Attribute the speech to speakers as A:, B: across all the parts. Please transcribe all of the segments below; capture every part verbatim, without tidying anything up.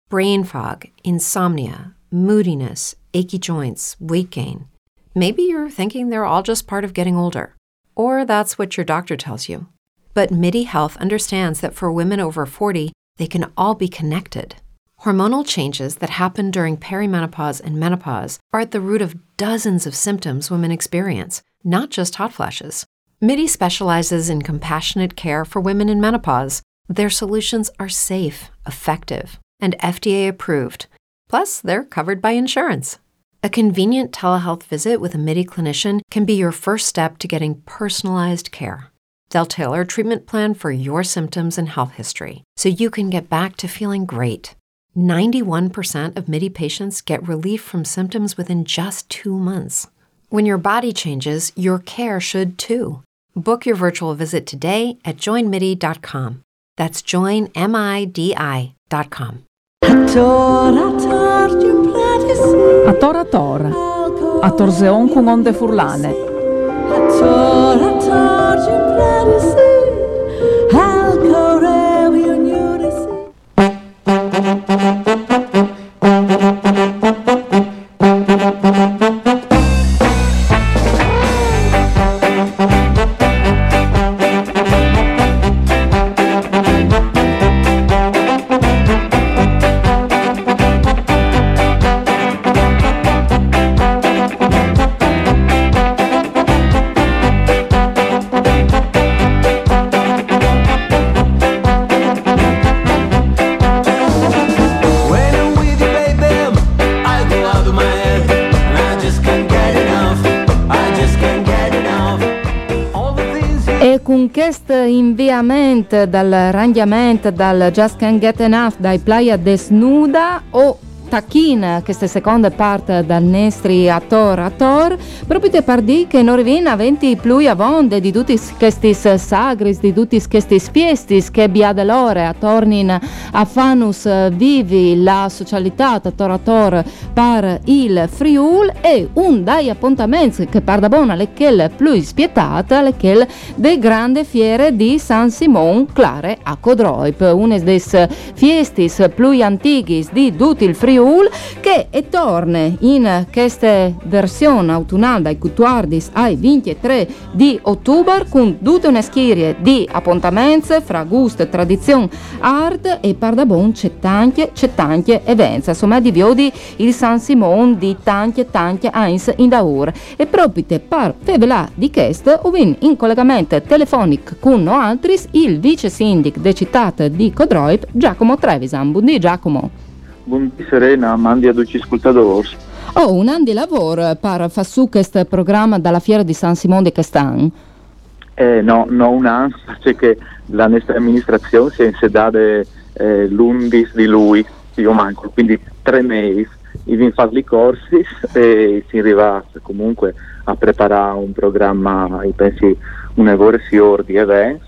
A: brain fog, insomnia, moodiness, achy joints, weight gain. Maybe you're thinking they're all just part of getting older, or that's what your doctor tells you. But MIDI Health understands that for women over forty, they can all be connected. Hormonal changes that happen during perimenopause and menopause are at the root of dozens of symptoms women experience, not just hot flashes. MIDI specializes in compassionate care for women in menopause. Their solutions are safe, effective, and F D A approved. Plus, they're covered by insurance. A convenient telehealth visit with a MIDI clinician can be your first step to getting personalized care. They'll tailor a treatment plan for your symptoms and health history, so you can get back to feeling great. ninety-one percent of MIDI patients get relief from symptoms within just two months. When your body changes, your care should too. Book your virtual visit today at join midi dot com. That's join midi dot com.
B: A tora tora, a torseon con onde furlane. Questo inviamento dal rangiamento dal Just Can't Get Enough dai Playa Desnuda o Tacchina, questa seconda parte dal Nestri Ator Ator, proprio te per dire che non riviene aventi più avonde di tutti questi sagris, di tutti questi fiestis che biade l'ore attornin a fanus vivi la socialità Ator Ator per il Friul e un dai appuntamenti che per da buona le che più spietata le che de grande fiere di San Simon Clare a Codroip, una des fiestis più antichis di tutti il Friul che è torna in questa versione autunnale dai quattordici ai ventitré di ottobre con tutta una serie di appuntamenti fra gusto, tradizione, art e per da buon c'è tante, c'è tante eventi. Insomma, di viodi il San Simon di tante, tante eins in daur. E proprio per fevelà di questo, ho in collegamento telefonico con noi altri il vice sindic de città di Codroip, Giacomo Trevisan. Buondì Giacomo.
C: Buondì Serena, mandi a tutti gli ascoltatori.
B: Oh, un anno di lavoro per fare su questo programma dalla fiera di San Simone di quest'anno?
C: Eh, no, no un anno, perché la nostra amministrazione si è insediata eh, l'undici di luglio, io manco, quindi tre mesi, io vin fare i corsi e si arriva comunque a preparare un programma, io pensi, una versione di eventi,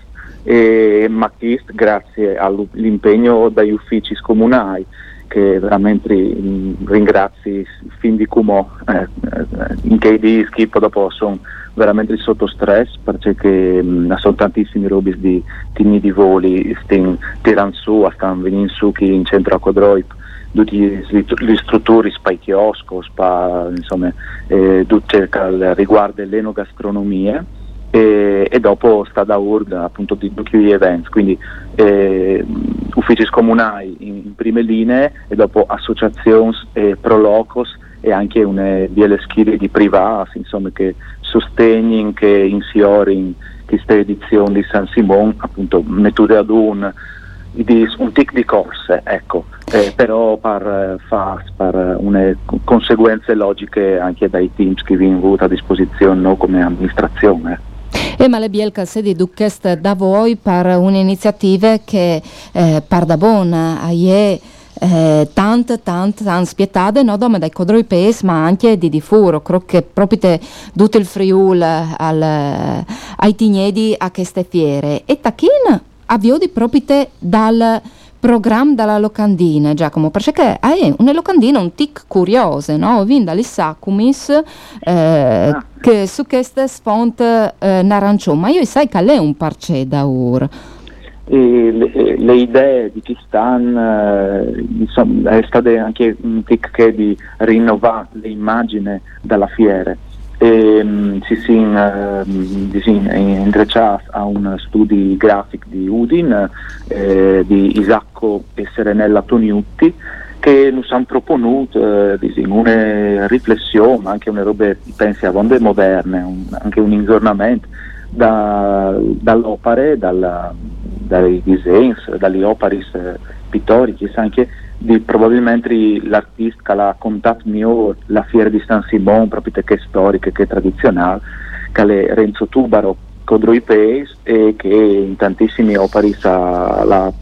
C: e ma questo grazie all'impegno dagli uffici comunali, che veramente ringrazi fin di come eh, in che di schifo dopo sono veramente sotto stress perché mh, sono tantissimi robi di timi di voli stanno tirando su, stanno venendo su qui in centro a Codroip tutti gli strutture spa i chiosco, spa insomma eh, tutte riguardo l'enogastronomia e, e dopo sta da urda appunto di tutti gli eventi, quindi eh, uffici comunali in, in prime linee e dopo associazioni e prolocos e anche una delle schiere di privati insomma che sostengono, che insiorin questa edizione di San Simon appunto mettere ad un di un tic di corse, ecco, eh, però per fare per une conseguenze logiche anche dai teams che vi avuto a disposizione no, come amministrazione.
B: E ma le bielca sedi duchest da voi per un'iniziativa che eh, par da buona è eh, tante tante tante spietate no dome dai Codroipes ma anche di Difuro, credo che proprio te tutto il Friul al, ai tignedi a queste fiere e Tachin avvio di proprio te dal programma dalla locandina Giacomo, perché hai una locandina un tic curiosa, no? Vinda li saccumis eh, ah. che su queste sfont eh, narancione, ma io sai che lei è un parcè da ur.
C: e le, le idee di chi stanno, eh, insomma, è stato anche un tic che di rinnovare le immagini dalla fiera. E um, si si intreccia a un studio grafico di Udin eh, di Isacco e Serenella Toniutti, che ci hanno proponuto eh, una riflessione, ma anche una roba, pensi, a onde moderne, un, anche un aggiornamento da, dall'opere, dalla, dai disegni, dalle opere eh, pittoriche, anche di probabilmente l'artista che ha contato meglio la fiera di San Simon, proprio che è storica, che è tradizionale, che è Renzo Tubaro, Codroi Peis, e che in tantissime opere l'ha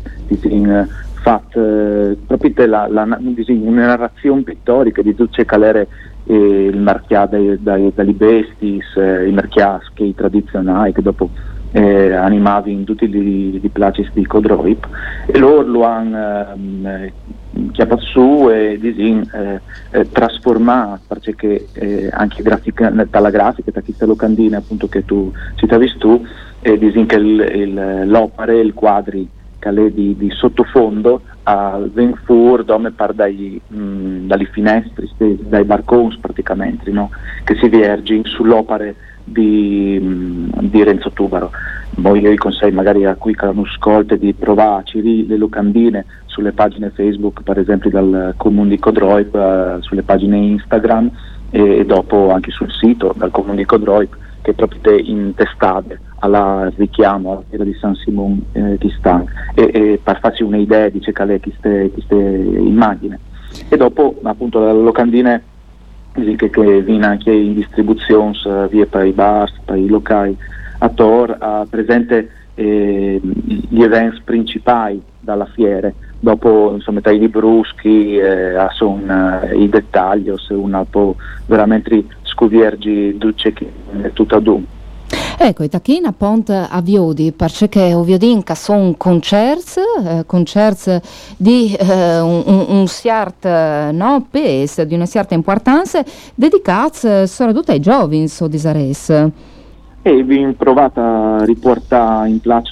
C: fatto eh, proprio la, la, una narrazione pittorica di tutto ciò che era eh, il marchiato dai, dai, dai bestis, eh, i marchiaschi tradizionali che dopo eh, animavi in tutti i placis di Codroip, e loro lo hanno eh, chiappato su e disin, eh, eh, trasformato, perché eh, anche grafica, dalla grafica, da questa locandina appunto che tu citavi tu, e disin che il, il, l'opera, il quadri che è di, di sottofondo a Venfur, dove par dai, mh, dalle finestre, dai barconi praticamente, no? Che si viergi sull'opera di, mh, di Renzo Tubaro. Poi io vi consiglio magari a cui che hanno ascolto di provare a cirì le locandine sulle pagine Facebook, per esempio dal Comune di Codroip, uh, sulle pagine Instagram e, e dopo anche sul sito dal Comune di Codroip, che proprio in testate alla richiamo alla fiera di San Simon eh, di Stan, e, e per farsi un'idea di cercare queste, queste immagini. E dopo appunto la locandine che, che viene anche in distribuzione uh, via per i bar, per i locali a Tor, uh, presente eh, gli eventi principali dalla fiera. Dopo insomma tra i bruschi eh, sono uh, i dettagli, se una può veramente scuviergi duce che è tutto ad un.
B: Ecco, e tachin appunto a Viodi, perché Oviodin che sono concerti, eh, concerti di eh, un, un, un certo no, peso, di una certa importanza, dedicati soprattutto ai giovani, so di Sares.
C: E vi provate a riportare in place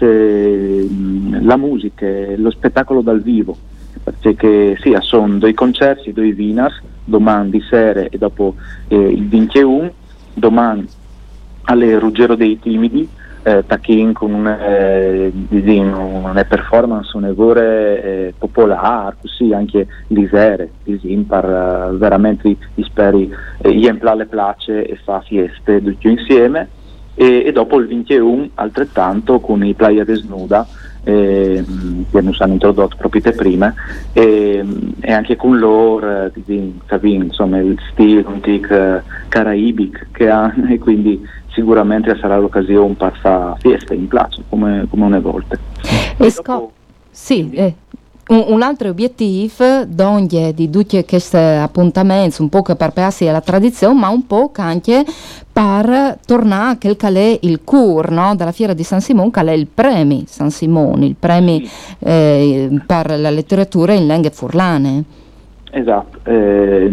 C: mh, la musica, lo spettacolo dal vivo, perché sì, sono due concerti, due winners, domani di sera e dopo eh, il ventuno, domani alle Ruggero dei Timidi, eh, tachin con una, eh, una performance, un evore eh, popolare, così anche l'isere, per uh, veramente speri eh, gli le place e fa feste tutti insieme. E, e dopo il ventuno altrettanto con i Playa Desnuda eh, che non hanno introdotto proprio te prima, e, e anche con loro eh, di, insomma il stile antico eh, caraibico che hanno, e quindi sicuramente sarà l'occasione per fare feste in place come, come una volta.
B: E, e sco- dopo, sì, eh. Un, un altro obiettivo d'ogni di tutti questi appuntamenti, un po' che per passi alla tradizione, ma un po' anche per tornare a quel che è il cur, no? Della fiera di San Simone, che è il premio San Simone, il premio eh, per la letteratura in lingue furlane.
C: Esatto, eh,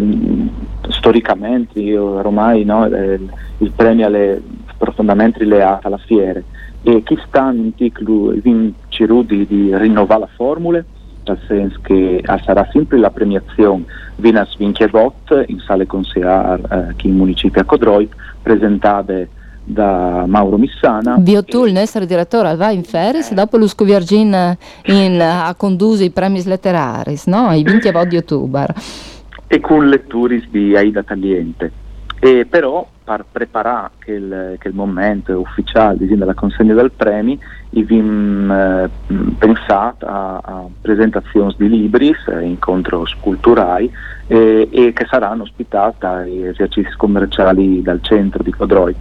C: storicamente io ormai no, eh, il premio è profondamente legato alla fiera, e chi sta in ticlo di, di rinnovare la formula, nel senso che ah, sarà sempre la premiazione Vinas Vinchebot in sale consigliare eh, che in municipio a Codroip, presentate da Mauro Missana.
B: Viotul, il nostro direttore, va in feris, eh. dopo lo scovirgin in, a condurre i premi letterari, no? I Vinchebot di youtuber.
C: E con letturis di Aida Tagliente. E però per preparare che il, che il momento ufficiale della consegna del premio abbiamo eh, pensato a, a presentazioni di libri, incontri culturali eh, e che saranno ospitati dai esercizi commerciali dal centro di Codroip,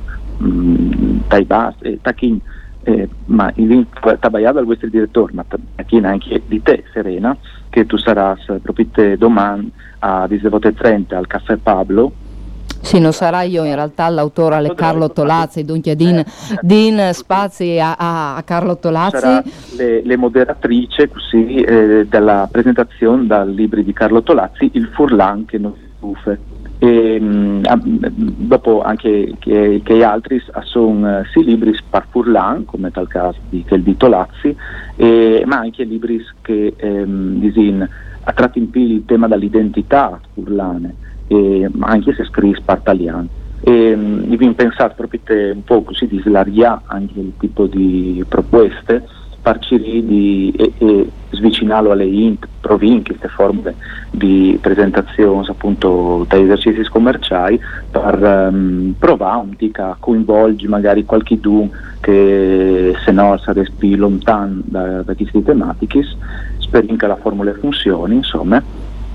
C: mh, dai bas e tachin, eh, ma il tabagliato dal vostro direttore, ma tachin anche di te Serena, che tu sarai proprio te domani a diciannove e trenta al Caffè Pablo.
B: Sì, non sarà io in realtà l'autore alle Carlo Tolazzi, dunque din, din spazi a, a, a Carlo Tolazzi.
C: Sarà le, le moderatrici così eh, della presentazione dal libro di Carlo Tolazzi, Il Furlan che non si stufe, E mh, dopo anche che, che altri sono uh, sì libri par Furlan, come tal caso di che il di Tolazzi, e, ma anche libri che ehm, disin, a tratti in piedi il tema dell'identità furlane, e, ma anche se scrivi par italiano. E mh, vi pensate proprio te un po' così di slargare anche il tipo di proposte, farci di e, e svicinarlo alle int, province, queste forme di presentazione appunto dagli esercizi commerciali per um, provare un tica coinvolgi magari qualche dun che se no sarebbe più lontano da, da queste tematiche, speriamo che la formula funzioni, insomma,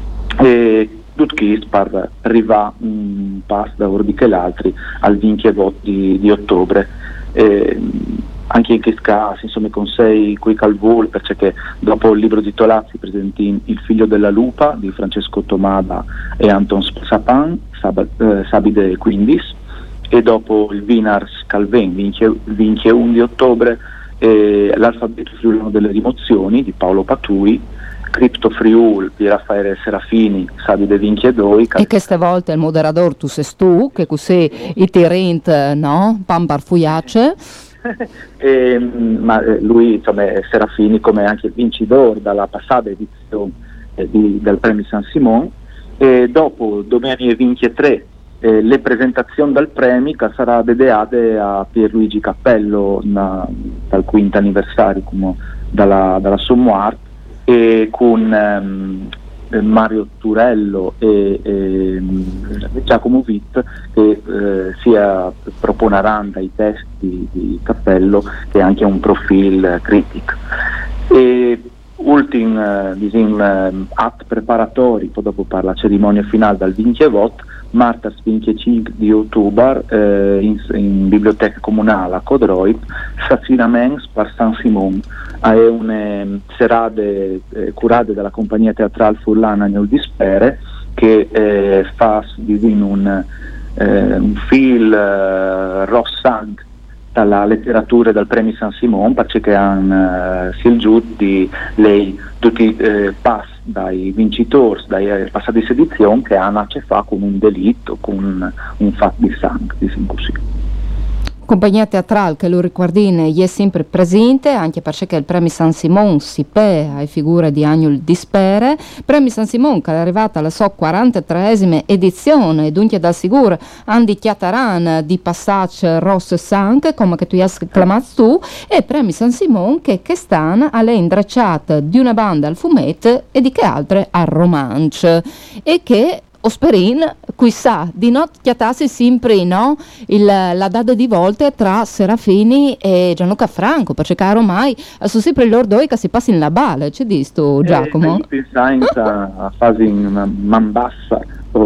C: e tutto questo per arrivare un passo da ora di che l'altri al venti di, di ottobre. E, anche in questo caso, insomma, con sei qui Calvol, perché dopo il libro di Tolazzi presenti Il figlio della lupa di Francesco Tomada e Anton Sapin, Sab- eh, Sabide quindis, e dopo il Vinars Calvin, ventuno di ottobre, eh, L'alfabeto friulano delle rimozioni di Paolo Patui, Cripto Friul di Raffaele Serafini, Sabide ventidue.
B: E queste volte il moderatore tu sei tu, che così i tirent, no? Pambar Fuiace.
C: E, ma lui, insomma, è Serafini come anche il vincitore dalla passata edizione eh, di, del premio San Simon, e dopo domenica ventitré eh, le presentazioni del premio che sarà dedicate a Pierluigi Cappello na, dal quinto anniversario come dalla, dalla Sommoart, e con ehm, Mario Turello e, e Giacomo Witt che eh, sia proponeranno dai testi di, di Cappello, che è anche un profilo critico. E ultimo uh, atto preparatori, poi dopo per la cerimonia finale dal ventotto, martedì venticinque di ottobre eh, in, in biblioteca comunale a Codroit, Sazinaments per San Simon, è una serata eh, curata dalla compagnia teatrale Furlana Nel Dispere, che eh, fa in un, eh, un film eh, rossang dalla letteratura del premio San Simon, perché hanno uh, il giù di lei tutti eh, pass dai vincitori dai passati edizioni che hanno a che fare con un delitto, con un, un fatto di sangue, diciamo così.
B: Compagnia teatrale che lo riguardine è sempre presente, anche perché il premio San Simon si pea ai figure di Agnol Dispere, premio San Simon che è arrivata alla sua quarantatreesima edizione, dunque dal sicuro Andy Chiataran di Passage Ross Sank, come che tu hai chiamato tu, e premio San Simon che quest'anno è indrecciata di una banda al fumetto e di che altre al romance, e che Osperin, qui sa, di not chiatassi sempre, no? Il, la data di volte tra Serafini e Gianluca Franco, perché ormai sono sempre loro due che si passano in la balle, c'è di sto Giacomo?
C: Eh, senza a fase in man bassa,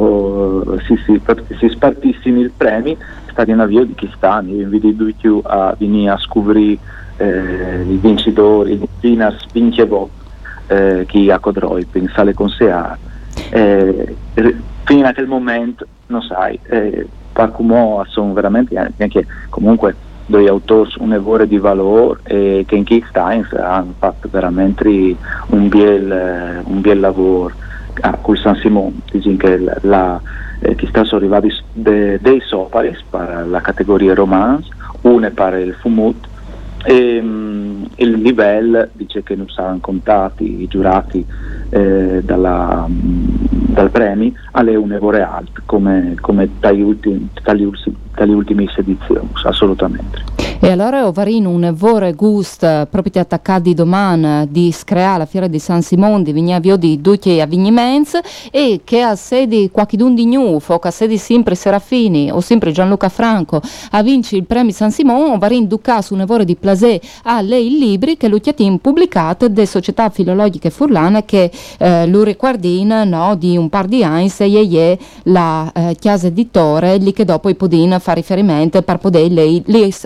C: o si, si, si spartissimo il premio, sta in avvio di chi sta, io invito tutti a venire a scoprire eh, i vincitori, i Vinas Vincevot, eh, chi a Codroi, pensare con sé a Eh, fino a quel momento non sai eh, Pacumo sono veramente anche comunque due autori un evore di valore e che in Kickstein hanno fatto veramente un bel, un bel lavoro a cui San Simon dicono che la, la eh, che sta sono arrivati de, dei soparis per la categoria romance, una per il fumut, e um, il livello dice che non saranno contati i giurati eh, dalla, um, dal premio alle un'evore alt come, come dagli ultimi, dagli, dagli ultimi edizioni, assolutamente.
B: E allora Ovarino un evore gust proprio attaccati domani di screa la fiera di San Simon di Vignavio di Ducchi e Avvignimens, e che a sedi qualchidun di Gnuf o che a sedi sempre Serafini o sempre Gianluca Franco a vinci il premio San Simon. Ovarino ducas un evore di Plasè a lei libri che l'Ucchiatin pubblicato de Società Filologiche Furlane che eh, lo riguardin no, di un par di anni e è la eh, chiesa editore lì che dopo i podin fa riferimento per poter lei le opere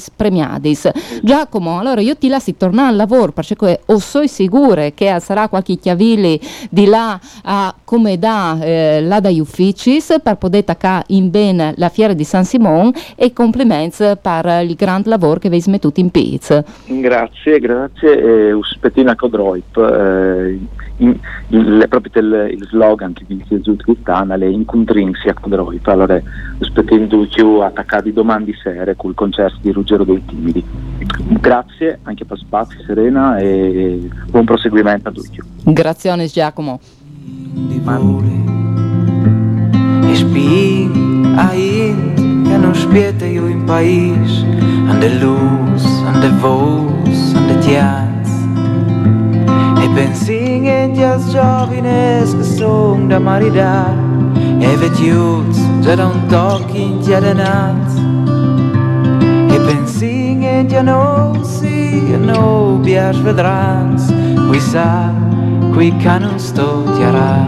B: premiadis. Giacomo, allora io ti lascio tornare al lavoro perché o so sicure che sarà qualche chiavilli di là a come da eh, là dagli uffici per poter attaccare in bene la fiera di San Simone e complimenti per il grande lavoro che avete messo in piazza.
C: Grazie, grazie. Eh, Uspettina Codroip, eh, in, il, proprio il, il slogan che vi si è quest'anno è incontrinsi a Codroip. Allora, Uspettina più attaccati domani sera col concerto di Ruggero dei Timidi. Grazie anche per spazio, Serena, e buon proseguimento a tutti.
B: Grazie Giacomo.
D: Di voli e spin a in che non spiete io in paese ande luz, ande vos, ande tiaz e pensin e gias giovines che son da maridar e vecchiuz già da un tocco in giadenaz e pensin e già no si e no bias vedrans qui sa qui che non sto tiarà.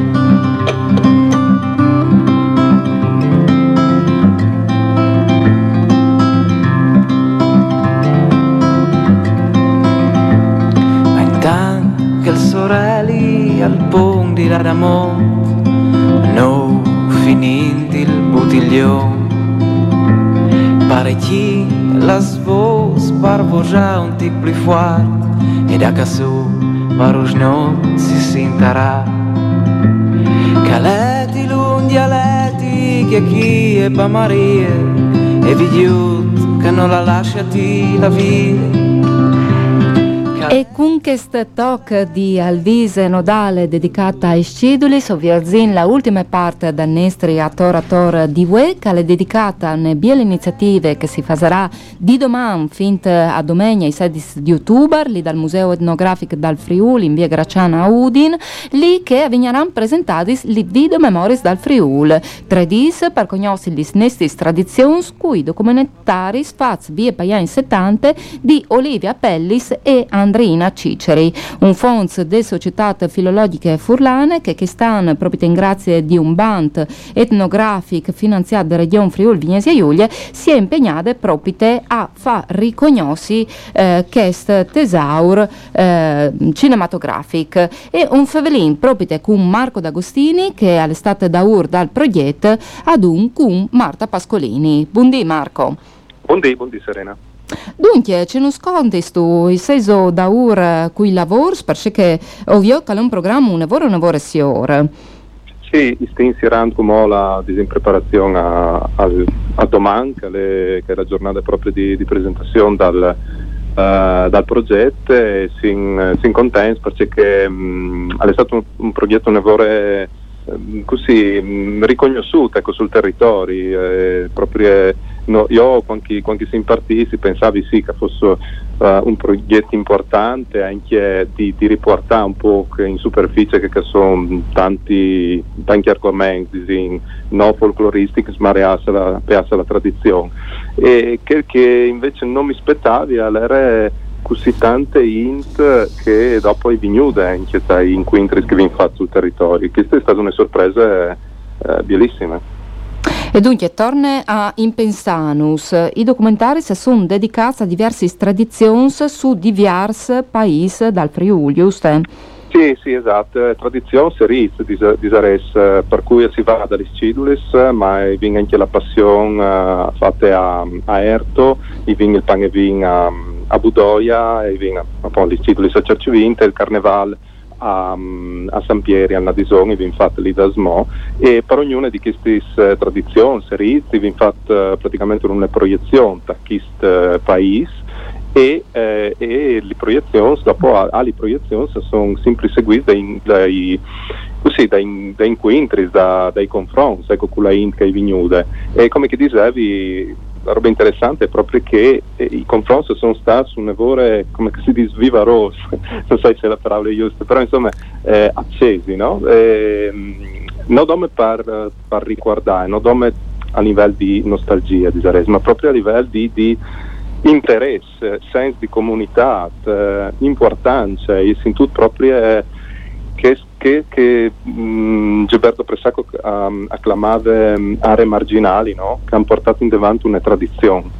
D: Ma intanto che il sorelli al pon di Radamont no finito il bottiglione parecchi la svos parvo già un tic più forte e da caso Marus non si sentirà Caletti l'un dialetti che chi è pa Maria e vigliut che non la lasciati la via.
B: E con questo talk di Alvise Nodale dedicata ai scidulis, ovviazin la ultima parte da nostri attor attor di W E, che è dedicata alle biele iniziative che si farà di domani fin a domenica i sedici di ottobre, lì dal Museo Etnografico dal Friuli in via Gracciana a Udin, lì che vengeranno presentati le video memories dal Friuli, tre dis per conoscere le nostre tradizioni, cui documentari fatti via Paiani settanta di Olivia Pellis e Andrea Ciceri, un fonds de società filologiche furlane che, che stanno proprio in grazie di un band etnografico finanziato da Regione Friuli Venezia Giulia, si è impegnata proprio a far riconoscere eh, questo tesauro eh, cinematografico e un favelin proprio con Marco D'Agostini che è all'estate da ur dal progetto ad un con Marta Pascolini. Buondì Marco.
E: Buondì, buondì Serena.
B: Dunque, ce non sconti tu il senso da ora cui lavori, perché ovvio che è un programma, un lavoro, un lavoro si ora.
E: Sì, sto iniziando come la preparazione a, a, a domani, che è la giornata proprio di, di presentazione dal, uh, dal progetto, e sono contento perché um, è stato un, un progetto, un lavoro um, così um, riconosciuto ecco, sul territorio, eh, proprio. No, io quando, quando si impartì pensavi sì che fosse uh, un progetto importante anche di, di riportare un po' in superficie che, che sono tanti, tanti argomenti in, non folcloristici ma per la, la tradizione e che, che invece non mi aspettavi era così tante int che dopo è venuta anche dai incontri che vi fatto sul territorio. Questa è stata una sorpresa eh, bellissima.
B: E dunque, torna a Impensanus. I documentari sono dedicati a diverse tradizioni su diversi paesi dal Friuli, giusto?
E: Sì, sì, esatto. Tradizione serie di, di Sares, per cui si va dalle scidulis, ma viene anche la passione uh, fatta a, a Erto, e viene il pane a, a Budoia, e viene appunto le scidulis a Cercivinte, il Carnevale a, a San Pieri, a Nadisoni, vi infatti lì da Smo, e per ognuna di queste uh, tradizioni, serie, vi infatti uh, praticamente una proiezione da questo uh, paese. E, eh, e le proiezioni, dopo alle proiezioni sono sempre seguite dai, dai, così, dai, dai incontri, da, dai confronti ecco, con la Int che è venuta. E come che dicevi, la roba interessante è proprio che eh, i confronti sono stati un lavoro, come si dice, vivaroso, non so se è la parola giusta, però insomma eh, accesi, no? E, non come per, per riguardare, non come a livello di nostalgia, di ma proprio a livello di, di interesse, senso di comunità, eh, importanza, e in tutto proprio eh, che, che, che mh, Gilberto Pressacco um, acclamava um, aree marginali, no? Che hanno portato in davanti una tradizione.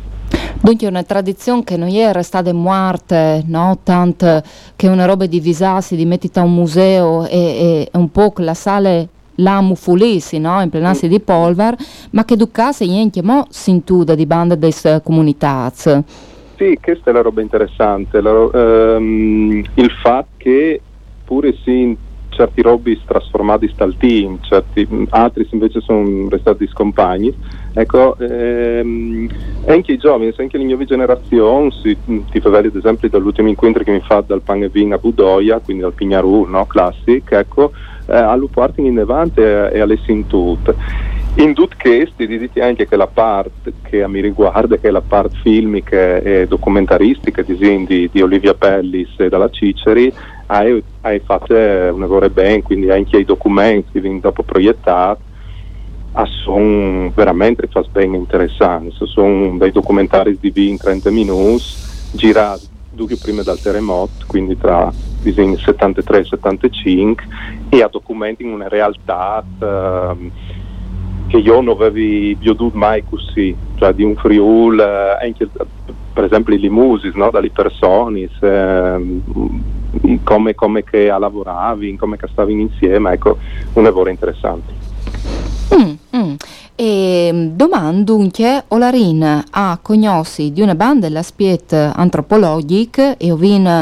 B: Dunque è una tradizione che non è restata morta, no? Tanto che una roba di visassi, di mettita a un museo e, e un po' la sala la mufulissi, no? In plenassi di polvar, ma che ducasse niente mo sintuda di banda des comunità.
E: Sì, questa è la roba interessante, la, ehm, il fatto che pure sì, certi robi trasformati dal team, certi, altri invece sono restati scompagni. Ecco, ehm, anche i giovani, anche le nuove generazioni, si, ti fa vedere ad esempio dall'ultimo incontro che mi fa dal Pan e Vin a Budoia, quindi dal Pignaru, no? Classic, ecco, eh, allo porting in Levante e alle Sintut. In tutti questi dite anche che la parte che mi riguarda, che è la parte filmica e documentaristica di, di Olivia Pellis e dalla Ciceri, hai, hai fatto un lavoro bene, quindi anche i documenti che vengono dopo proiettati sono veramente ben interessanti. Sono dei documentari di venti trenta minuti girati due prima dal terremoto, quindi tra il settantatré e il settantacinque, e a documenti in una realtà uh, che io non avevo veduto mai così, cioè di un Friuli, anche per esempio i limusis, no? Dalle persone, se, come, come che lavoravi, come che stavi insieme, ecco, un lavoro interessante.
B: Mm, mm. E domando dunque, Olarin ha cognosci di una banda della spiet antropologic e ovin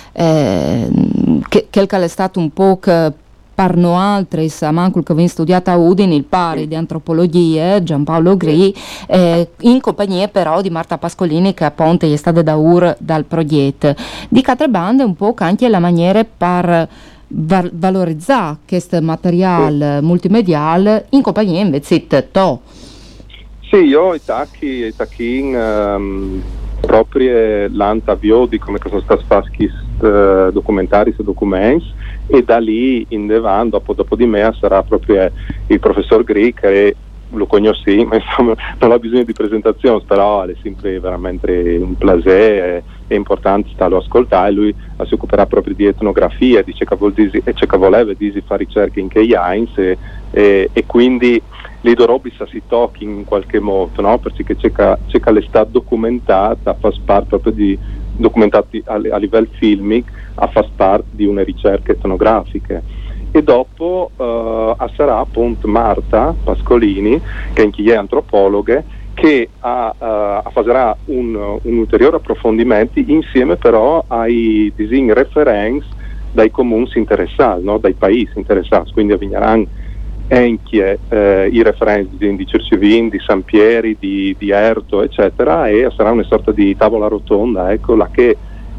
B: eh, che, che è stato un po' che parno altri, a manco che aveva studiato a Udine il pari di antropologia, Giampaolo Gri, eh, in compagnia però di Marta Pascolini, che appunto è stata da ur dal progetto. Di altre bande un po' anche la maniera per val- valorizzare questo materiale sì. multimediale in compagnia invece di to.
E: Sì, io i tacchi, i tacchin um, proprio l'antavio di come sono stati fatti uh, documentari e documenti, e da lì in devan, dopo, dopo di me sarà proprio il professor Gri, che lo conosci, ma insomma non ha bisogno di presentazioni, però è sempre veramente un piacere, è importante starlo ascoltare. Lui si occuperà proprio di etnografia, dice che, vuol dire, e che voleva dire fare ricerche in Keyines e, e, e quindi l'idorobis si tocchi in qualche modo, no? Perché c'è che, c'è che l'està documentata, fa parte proprio di documentati a, a livello filmic, a far parte di una ricerca etnografica. E dopo uh, sarà appunto Marta Pascolini, che anche è antropologa, che ha, uh, farà un, un ulteriore approfondimento insieme però ai disegni referenze dai comuni interessati, no? Dai paesi interessati, quindi avvegneranno anche eh, i referenze di, di Cercevin, di Sampieri, di, di Erto, eccetera, e sarà una sorta di tavola rotonda, ecco, la che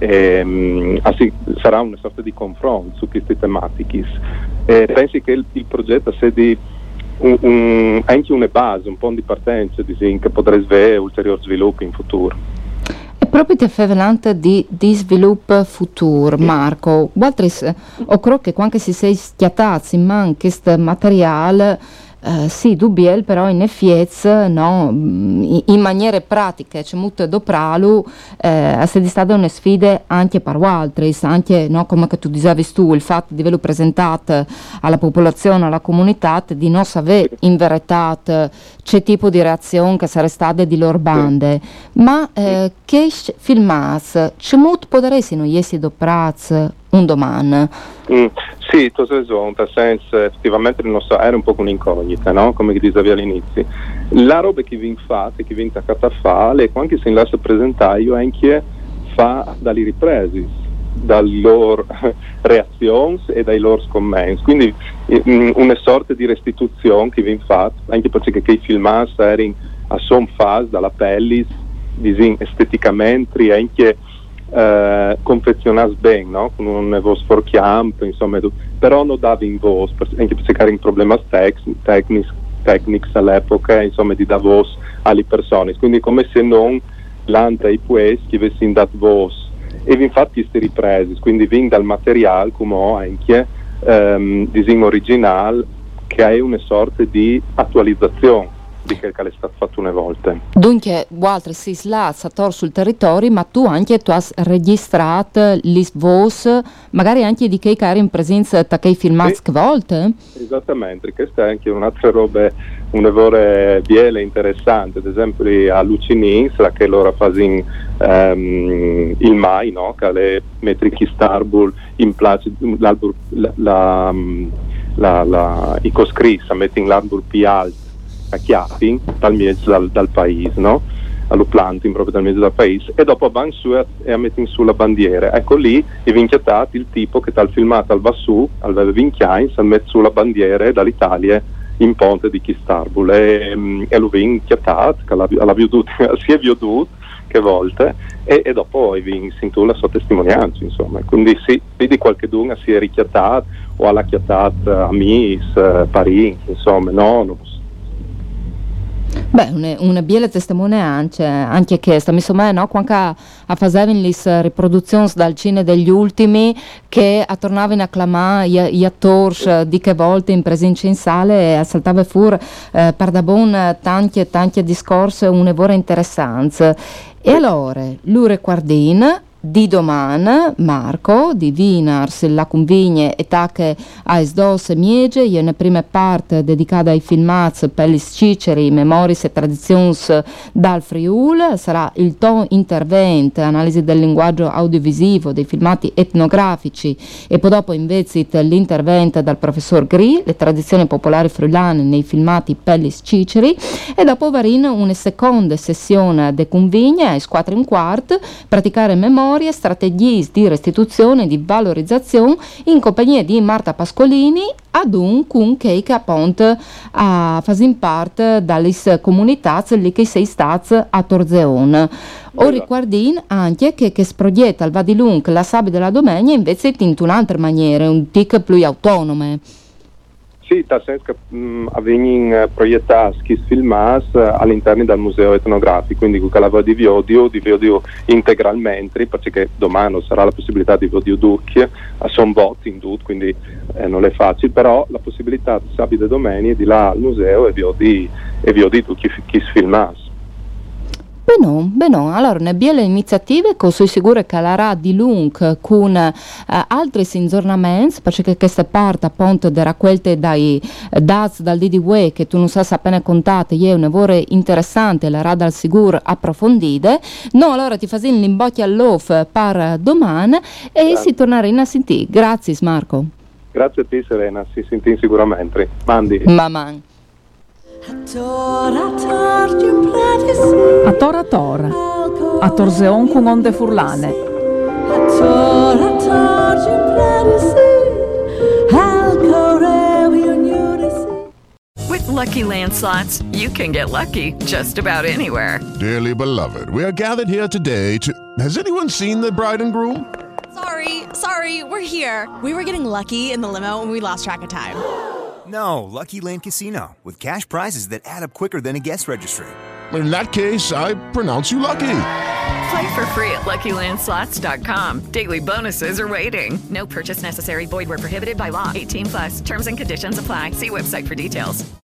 E: ehm, assi, sarà una sorta di confronto su queste tematiche. Eh, pensi che il, il progetto sia di un, un, anche una base, un po' di partenza, di, che potrebbe avere ulteriori sviluppi in futuro.
B: Proprio ti favelante di, di sviluppo futuro, Marco. Waltris, o credo che quando si sei schiattati in man questo materiale, eh, sì, dubiel, però in effetti, no, in, in maniere pratiche, c'è molto dopralu, eh, è stata una sfida anche per Waltris, anche, no, come che tu dicevi tu, il fatto di averlo presentato alla popolazione, alla comunità, di non sapere in verità c'è tipo di reazione che sarebbe stata di loro bande, ma eh, che filmas c'è molto potresti non essere doprats un domani?
E: Mm, sì, tu hai ragione, nel senso effettivamente il nostro era un po' un'incognita, no? Come dicevi all'inizio. La roba che vi fate, che vi intaccata a fare, anche se in lascio presentare, io anche fa dalle riprese, dalle loro reazioni e dai loro scommessi, quindi mh, una sorta di restituzione che vi fate, anche perché che i filmati erano a son fase dalla pellis, esteticamente e anche eh, confezionati bene, no? Con un vos for camp, insomma, però non davi in vos, anche perché erano problemi tecnici tecnici all'epoca, insomma, di da vos alle persone, quindi come se non l'anta i pues che avessi dato vos. E infatti queste riprese, quindi vengono dal materiale come anche ehm, disegno originale, che è una sorta di attualizzazione di che è stato fatto una volta.
B: Dunque, Walter si slazza tor sul territorio, ma tu anche tu hai registrato gli voci, magari anche di che eri in presenza da che filmati
E: sì,
B: volte?
E: Esattamente, questa è anche un'altra roba, una vore biele interessante, ad esempio a Lucinins, la che loro fanno um, il mai, no? Che le metrichi starbul in place, l'albur, la, la, la, la, i coscrissa mettono l'albur più alto a chiappi dal mezzo dal, dal paese, no? Allo planting proprio dal mezzo del paese, e dopo vanno su e, e a mettere su la bandiera. Ecco lì è vinchiatato il tipo che tal filmato al Vassù, al Vinchiain, si mette su la bandiera dall'Italia in ponte di Chistarbul e, e lo vinchiatato, che l'ha, l'ha veduto, si è veduto che volte, e, e dopo si intula la sua testimonianza, insomma. Quindi sì, vedi qualche duna si è richiatato o ha chiatato amici, parenti, insomma, no, non so.
B: Beh, una, una bella testimonianza anche questa, mi sembra, no? Quando a facevano le riproduzioni dal cine degli ultimi, che a tornavano a clamare gli attori di che volte in presenza in sale e saltava fuori eh, per da buon tanti tanti discorsi, una vora interessante. E allora, Lure Quardin di domani, Marco, di Vinars, la convigne e tacche a Esdos e Miege, e una prima parte dedicata ai filmati per gli sciceri, memories e tradizioni dal Friul, sarà il ton intervento, analisi del linguaggio audiovisivo, dei filmati etnografici, e poi dopo invece l'intervento dal professor Gri, le tradizioni popolari friulane nei filmati per gli sciceri, e dopo varino una seconda sessione de convigne, ai quattro e un quarto, praticare memoria, strategie di restituzione e di valorizzazione in compagnia di Marta Pascolini ad un con che appunto a fare parte dalle comunità lì che sei stati a Torzeon. O riguardin anche che che sproietta al Vadilung la sabbia della domenica invece in un'altra maniera, un tic più autonome.
E: Sì, nel senso che avvengono proiettati questi filmati all'interno del museo etnografico, quindi con la di video, di video integralmente, perché domani sarà la possibilità di video ducchie, sono botti in tutto, quindi eh, non è facile, però la possibilità di sabato e domenica di là al museo e di e di tutti questi filmati.
B: Beh no, beh no. Allora, ne abbiamo le iniziative che sono sicura che la di Lung con eh, altri ingiornamenti, perché questa parte appunto da raccolte dai dati dal D D W che tu non sai appena contate, è una vore interessante, la rada al sicuro approfondite. No, allora ti faccio l'imbocchia all'off per domani e Grazie. Si tornerà a sentire. Grazie Marco.
E: Grazie a te Serena, si sentì sicuramente. Mandi.
B: Maman.
F: A tora tora, a Torzeon con onde furlane.
G: With Lucky Land Slots, you can get lucky just about anywhere.
H: Dearly beloved, we are gathered here today to... Has anyone seen the bride and groom?
I: Sorry, sorry, we're here. We were getting lucky in the limo and we lost track of time.
J: No, Lucky Land Casino, with cash prizes that add up quicker than a guest registry.
H: In that case, I pronounce you lucky.
G: Play for free at Lucky Land Slots dot com. Daily bonuses are waiting. No purchase necessary. Void where prohibited by law. eighteen plus. Terms and conditions apply. See website for details.